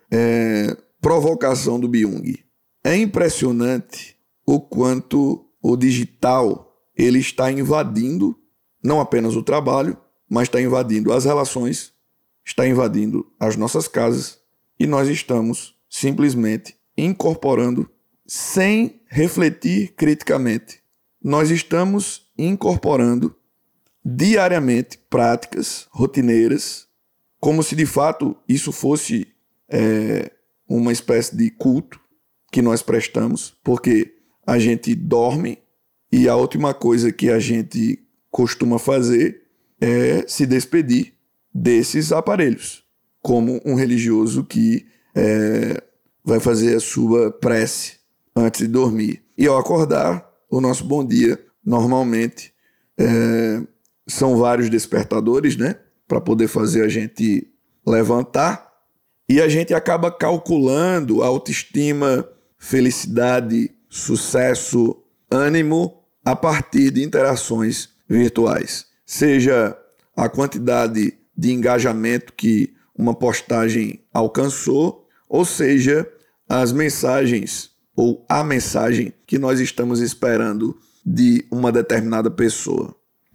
é, provocação do Byung. É impressionante o quanto o digital ele está invadindo não apenas o trabalho, mas está invadindo as relações, está invadindo as nossas casas e nós estamos simplesmente incorporando sem refletir criticamente. Nós estamos incorporando diariamente práticas rotineiras, como se de fato isso fosse é, uma espécie de culto que nós prestamos, porque a gente dorme e a última coisa que a gente costuma fazer é se despedir desses aparelhos, como um religioso que é, vai fazer a sua prece antes de dormir. E ao acordar, o nosso bom dia, normalmente, é, são vários despertadores, né? Para poder fazer a gente levantar. E a gente acaba calculando a autoestima, felicidade, sucesso, ânimo a partir de interações virtuais. Seja a quantidade de engajamento que uma postagem alcançou, ou seja, as mensagens ou a mensagem que nós estamos esperando de uma determinada pessoa.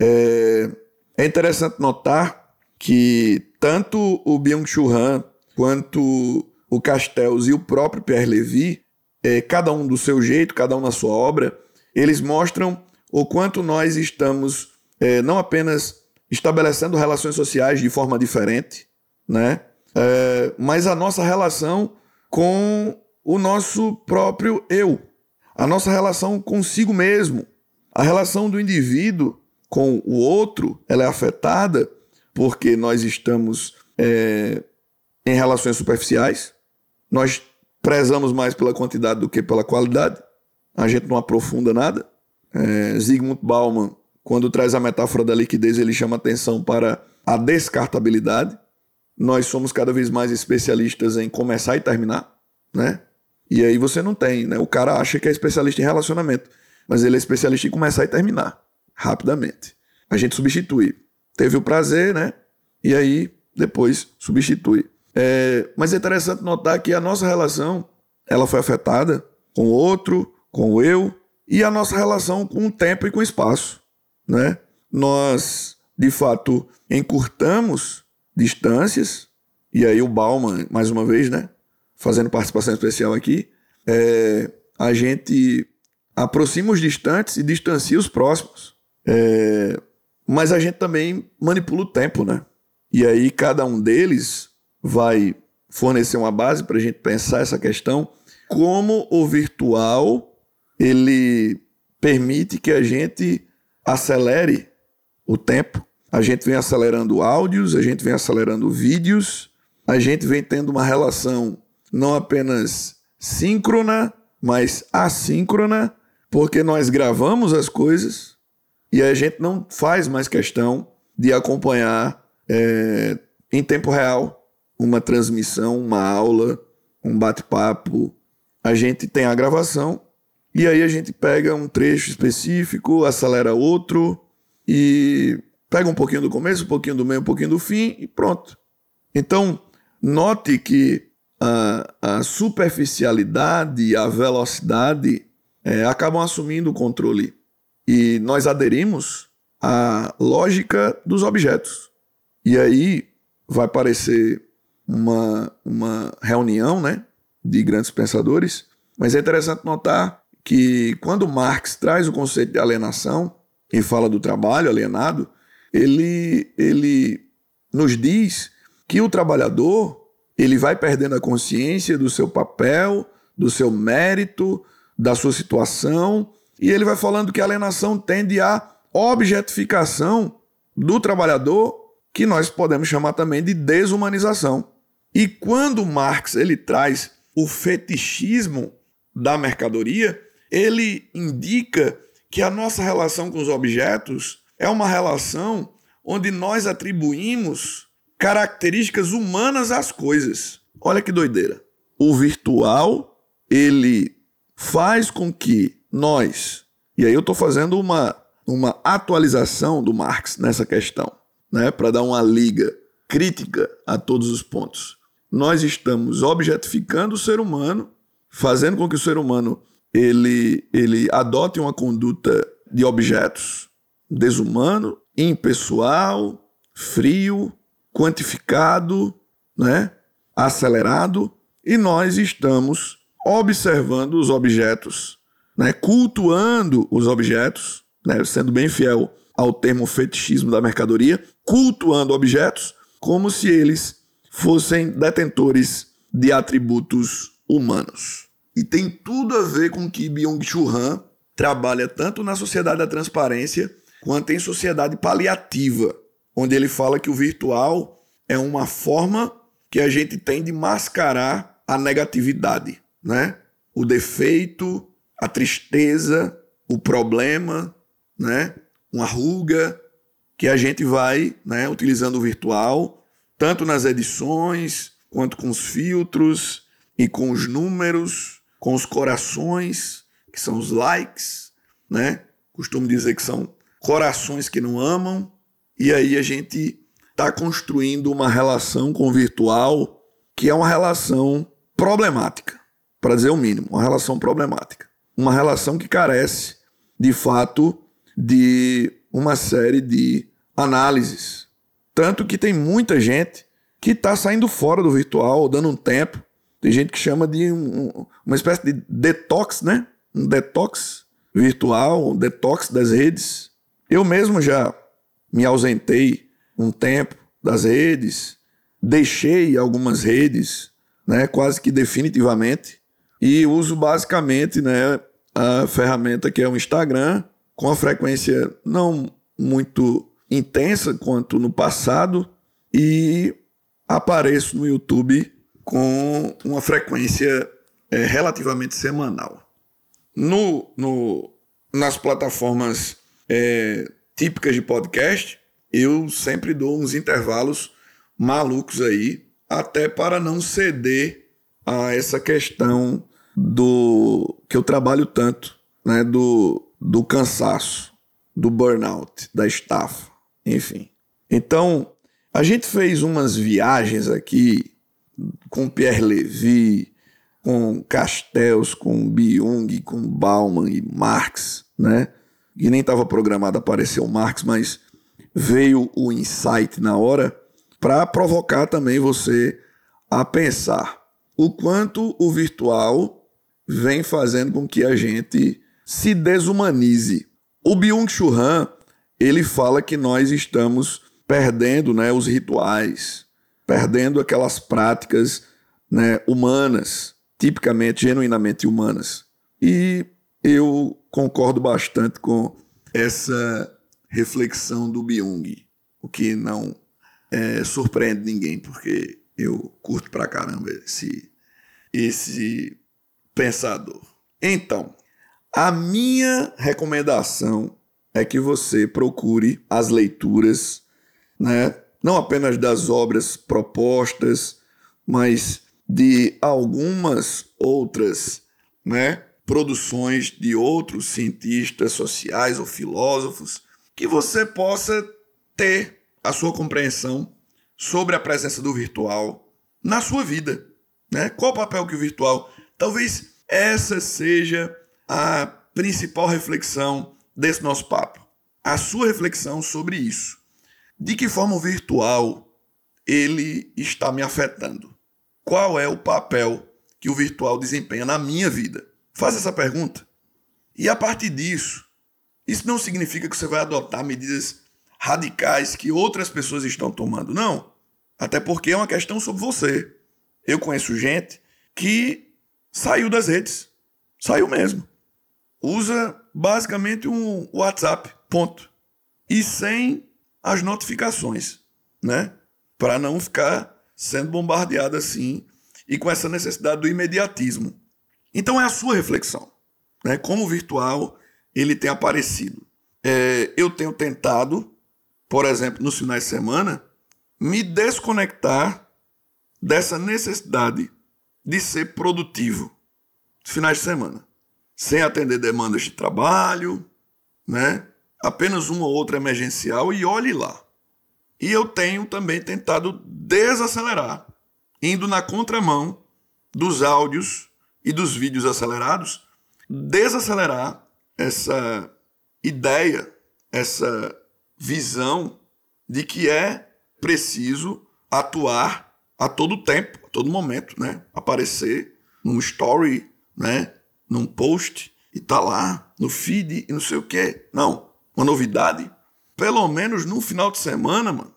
É, é interessante notar que tanto o Byung-Chul Han quanto o Castells e o próprio Pierre Levy, é, cada um do seu jeito, cada um na sua obra, eles mostram o quanto nós estamos é, não apenas estabelecendo relações sociais de forma diferente, né? É, mas a nossa relação com o nosso próprio eu, a nossa relação consigo mesmo, a relação do indivíduo com o outro, ela é afetada porque nós estamos é, em relações superficiais, nós prezamos mais pela quantidade do que pela qualidade, a gente não aprofunda nada. É, Zygmunt Bauman, quando traz a metáfora da liquidez, ele chama atenção para a descartabilidade. Nós somos cada vez mais especialistas em começar e terminar, né? E aí você não tem, né? O cara acha que é especialista em relacionamento, mas ele é especialista em começar e terminar rapidamente. A gente substitui. Teve o prazer, né? E aí depois substitui. É, mas é interessante notar que a nossa relação ela foi afetada com o outro, com o eu, e a nossa relação com o tempo e com o espaço, né? Nós, de fato, encurtamos distâncias, e aí o Bauman, mais uma vez, né? Fazendo participação especial aqui, é, a gente aproxima os distantes e distancia os próximos. É, mas a gente também manipula o tempo, né? E aí cada um deles vai fornecer uma base para a gente pensar essa questão, como o virtual ele permite que a gente acelere o tempo. A gente vem acelerando áudios, a gente vem acelerando vídeos, a gente vem tendo uma relação não apenas síncrona, mas assíncrona, porque nós gravamos as coisas e a gente não faz mais questão de acompanhar é, em tempo real uma transmissão, uma aula, um bate-papo. A gente tem a gravação e aí a gente pega um trecho específico, acelera outro e pega um pouquinho do começo, um pouquinho do meio, um pouquinho do fim e pronto. Então, note que a, a superficialidade e a velocidade é, acabam assumindo o controle e nós aderimos à lógica dos objetos. E aí vai parecer uma, uma reunião, né, de grandes pensadores, mas é interessante notar que quando Marx traz o conceito de alienação e fala do trabalho alienado, ele, ele nos diz que o trabalhador ele vai perdendo a consciência do seu papel, do seu mérito, da sua situação, e ele vai falando que a alienação tende à objetificação do trabalhador, que nós podemos chamar também de desumanização. E quando Marx ele traz o fetichismo da mercadoria, ele indica que a nossa relação com os objetos é uma relação onde nós atribuímos características humanas às coisas. Olha que doideira. O virtual, ele faz com que nós, e aí eu estou fazendo uma, uma atualização do Marx nessa questão, né, para dar uma liga crítica a todos os pontos. Nós estamos objetificando o ser humano, fazendo com que o ser humano ele, ele adote uma conduta de objetos desumano, impessoal, frio, quantificado, né, acelerado, e nós estamos observando os objetos, né, cultuando os objetos, né, sendo bem fiel ao termo fetichismo da mercadoria, cultuando objetos como se eles fossem detentores de atributos humanos. E tem tudo a ver com que Byung-Chul Han trabalha tanto na sociedade da transparência quanto em sociedade paliativa, onde ele fala que o virtual é uma forma que a gente tem de mascarar a negatividade, né? O defeito, a tristeza, o problema, né? Uma ruga que a gente vai, né, utilizando o virtual, tanto nas edições, quanto com os filtros e com os números, com os corações, que são os likes, né? Costumo dizer que são corações que não amam, e aí a gente está construindo uma relação com o virtual que é uma relação problemática, para dizer o mínimo, uma relação problemática. Uma relação que carece, de fato, de uma série de análises. Tanto que tem muita gente que está saindo fora do virtual, dando um tempo. Tem gente que chama de um, uma espécie de detox, né? Um detox virtual, um detox das redes. Eu mesmo já me ausentei um tempo das redes, deixei algumas redes, né, quase que definitivamente, e uso basicamente, né, a ferramenta que é o Instagram, com a frequência não muito intensa quanto no passado, e apareço no YouTube com uma frequência é, relativamente semanal. No, no, nas plataformas é, típicas de podcast, eu sempre dou uns intervalos malucos aí, até para não ceder a essa questão do que eu trabalho tanto, né, do, do cansaço, do burnout, da estafa, enfim. Então, a gente fez umas viagens aqui com Pierre Levy, com Castells, com Byung, com Bauman e Marx, né? E nem estava programado aparecer o Marx, mas veio o insight na hora para provocar também você a pensar o quanto o virtual vem fazendo com que a gente se desumanize. O Byung-Chul Han, ele fala que nós estamos perdendo, né, os rituais, perdendo aquelas práticas, né, humanas, tipicamente, genuinamente humanas. E eu concordo bastante com essa reflexão do Byung, o que não é, surpreende ninguém, porque eu curto pra caramba esse, esse pensador. Então, a minha recomendação é que você procure as leituras, né? Não apenas das obras propostas, mas de algumas outras, né, produções de outros cientistas sociais ou filósofos, que você possa ter a sua compreensão sobre a presença do virtual na sua vida, né? Qual o papel que o virtual... Talvez essa seja a principal reflexão desse nosso papo. A sua reflexão sobre isso. De que forma o virtual ele está me afetando? Qual é o papel que o virtual desempenha na minha vida? Faça essa pergunta. E a partir disso, isso não significa que você vai adotar medidas radicais que outras pessoas estão tomando. Não. Até porque é uma questão sobre você. Eu conheço gente que saiu das redes. Saiu mesmo. Usa basicamente um WhatsApp, ponto. E sem as notificações, né? Para não ficar sendo bombardeado assim e com essa necessidade do imediatismo. Então é a sua reflexão, né? Como o virtual ele tem aparecido. É, eu tenho tentado, por exemplo, nos finais de semana, me desconectar dessa necessidade de ser produtivo nos finais de semana, sem atender demandas de trabalho, né? Apenas uma ou outra emergencial e olhe lá. E eu tenho também tentado desacelerar, indo na contramão dos áudios e dos vídeos acelerados, desacelerar essa ideia, essa visão de que é preciso atuar a todo tempo, a todo momento, né? Aparecer num story, né? Num post e tá lá no feed e não sei o quê. Não, uma novidade. Pelo menos no final de semana, mano,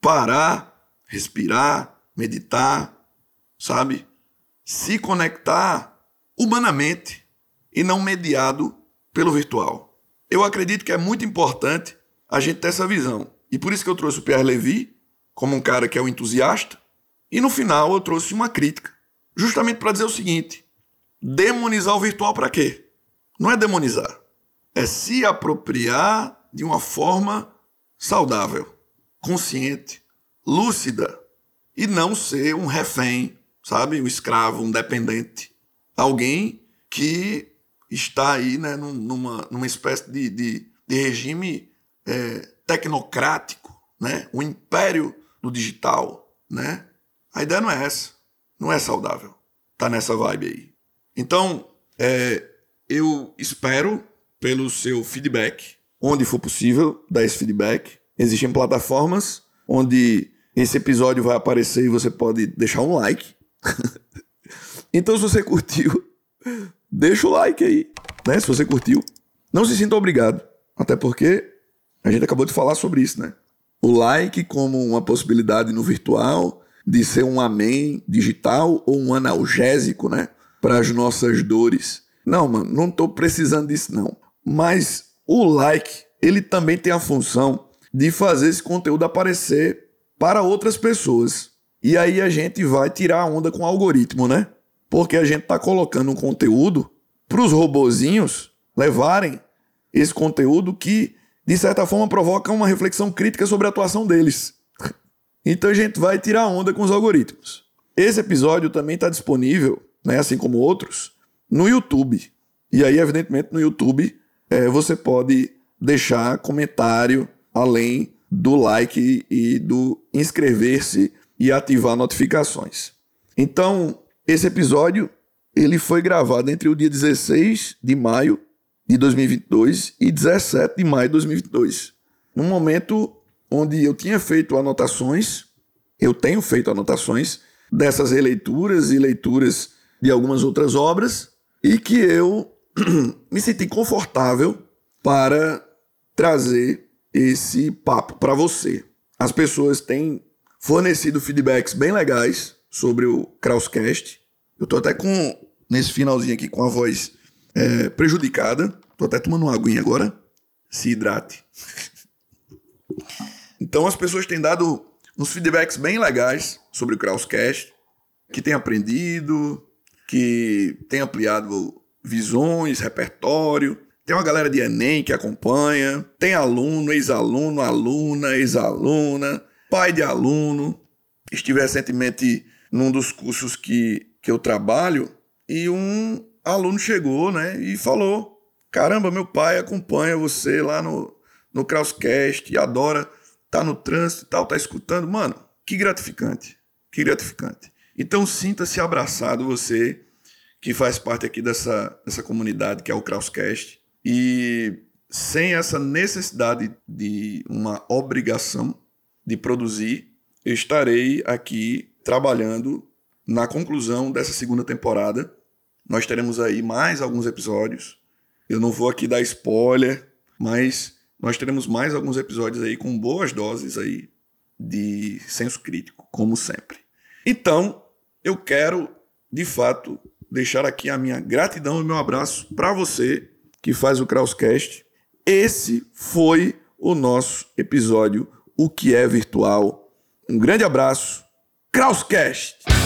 parar, respirar, meditar, sabe? Se conectar humanamente e não mediado pelo virtual. Eu acredito que é muito importante a gente ter essa visão. E por isso que eu trouxe o Pierre Levy como um cara que é um entusiasta. E no final eu trouxe uma crítica, justamente para dizer o seguinte: demonizar o virtual para quê? Não é demonizar, é se apropriar de uma forma saudável, consciente, lúcida, e não ser um refém, sabe? Um escravo, um dependente. Alguém que está aí, né, numa, numa espécie de, de, de regime é, tecnocrático, né? Um império do digital, né? A ideia não é essa, não é saudável, tá nessa vibe aí. Então, é, eu espero pelo seu feedback, onde for possível dar esse feedback. Existem plataformas onde esse episódio vai aparecer e você pode deixar um like. Então, se você curtiu, deixa o like aí, né? Se você curtiu, não se sinta obrigado, até porque a gente acabou de falar sobre isso, né? O like como uma possibilidade no virtual de ser um amém digital ou um analgésico, né? Para as nossas dores. Não, mano, não tô precisando disso, não. Mas o like, ele também tem a função de fazer esse conteúdo aparecer para outras pessoas. E aí a gente vai tirar a onda com o algoritmo, né? Porque a gente tá colocando um conteúdo para os robozinhos levarem esse conteúdo que, de certa forma, provoca uma reflexão crítica sobre a atuação deles. Então a gente vai tirar a onda com os algoritmos. Esse episódio também está disponível, né, assim como outros, no YouTube. E aí, evidentemente, no YouTube é, você pode deixar comentário além do like e do inscrever-se e ativar notificações. Então, esse episódio ele foi gravado entre o dia dezesseis de maio de dois mil e vinte e dois e dezessete de maio de dois mil e vinte e dois. Num momento onde eu tinha feito anotações, eu tenho feito anotações dessas releituras e leituras de algumas outras obras e que eu me senti confortável para trazer esse papo para você. As pessoas têm fornecido feedbacks bem legais sobre o Krauscast. Eu tô até com, nesse finalzinho aqui, com a voz é, prejudicada. Tô até tomando uma aguinha agora. Se hidrate. Então as pessoas têm dado uns feedbacks bem legais sobre o Krauscast, que têm aprendido, que têm ampliado visões, repertório. Tem uma galera de Enem que acompanha, tem aluno, ex-aluno, aluna, ex-aluna, pai de aluno. Estive recentemente num dos cursos que, que eu trabalho e um aluno chegou, né, e falou: caramba, meu pai acompanha você lá no, no Krauscast e adora, tá no trânsito e tal, tá escutando. Mano, que gratificante, que gratificante. Então sinta-se abraçado, você que faz parte aqui dessa, dessa comunidade que é o Krauscast. E sem essa necessidade de uma obrigação de produzir, eu estarei aqui trabalhando na conclusão dessa segunda temporada. Nós teremos aí mais alguns episódios. Eu não vou aqui dar spoiler, mas nós teremos mais alguns episódios aí com boas doses aí de senso crítico, como sempre. Então, eu quero, de fato, deixar aqui a minha gratidão e meu abraço para você que faz o Krauscast. Esse foi o nosso episódio O que é Virtual. Um grande abraço. Krauscast!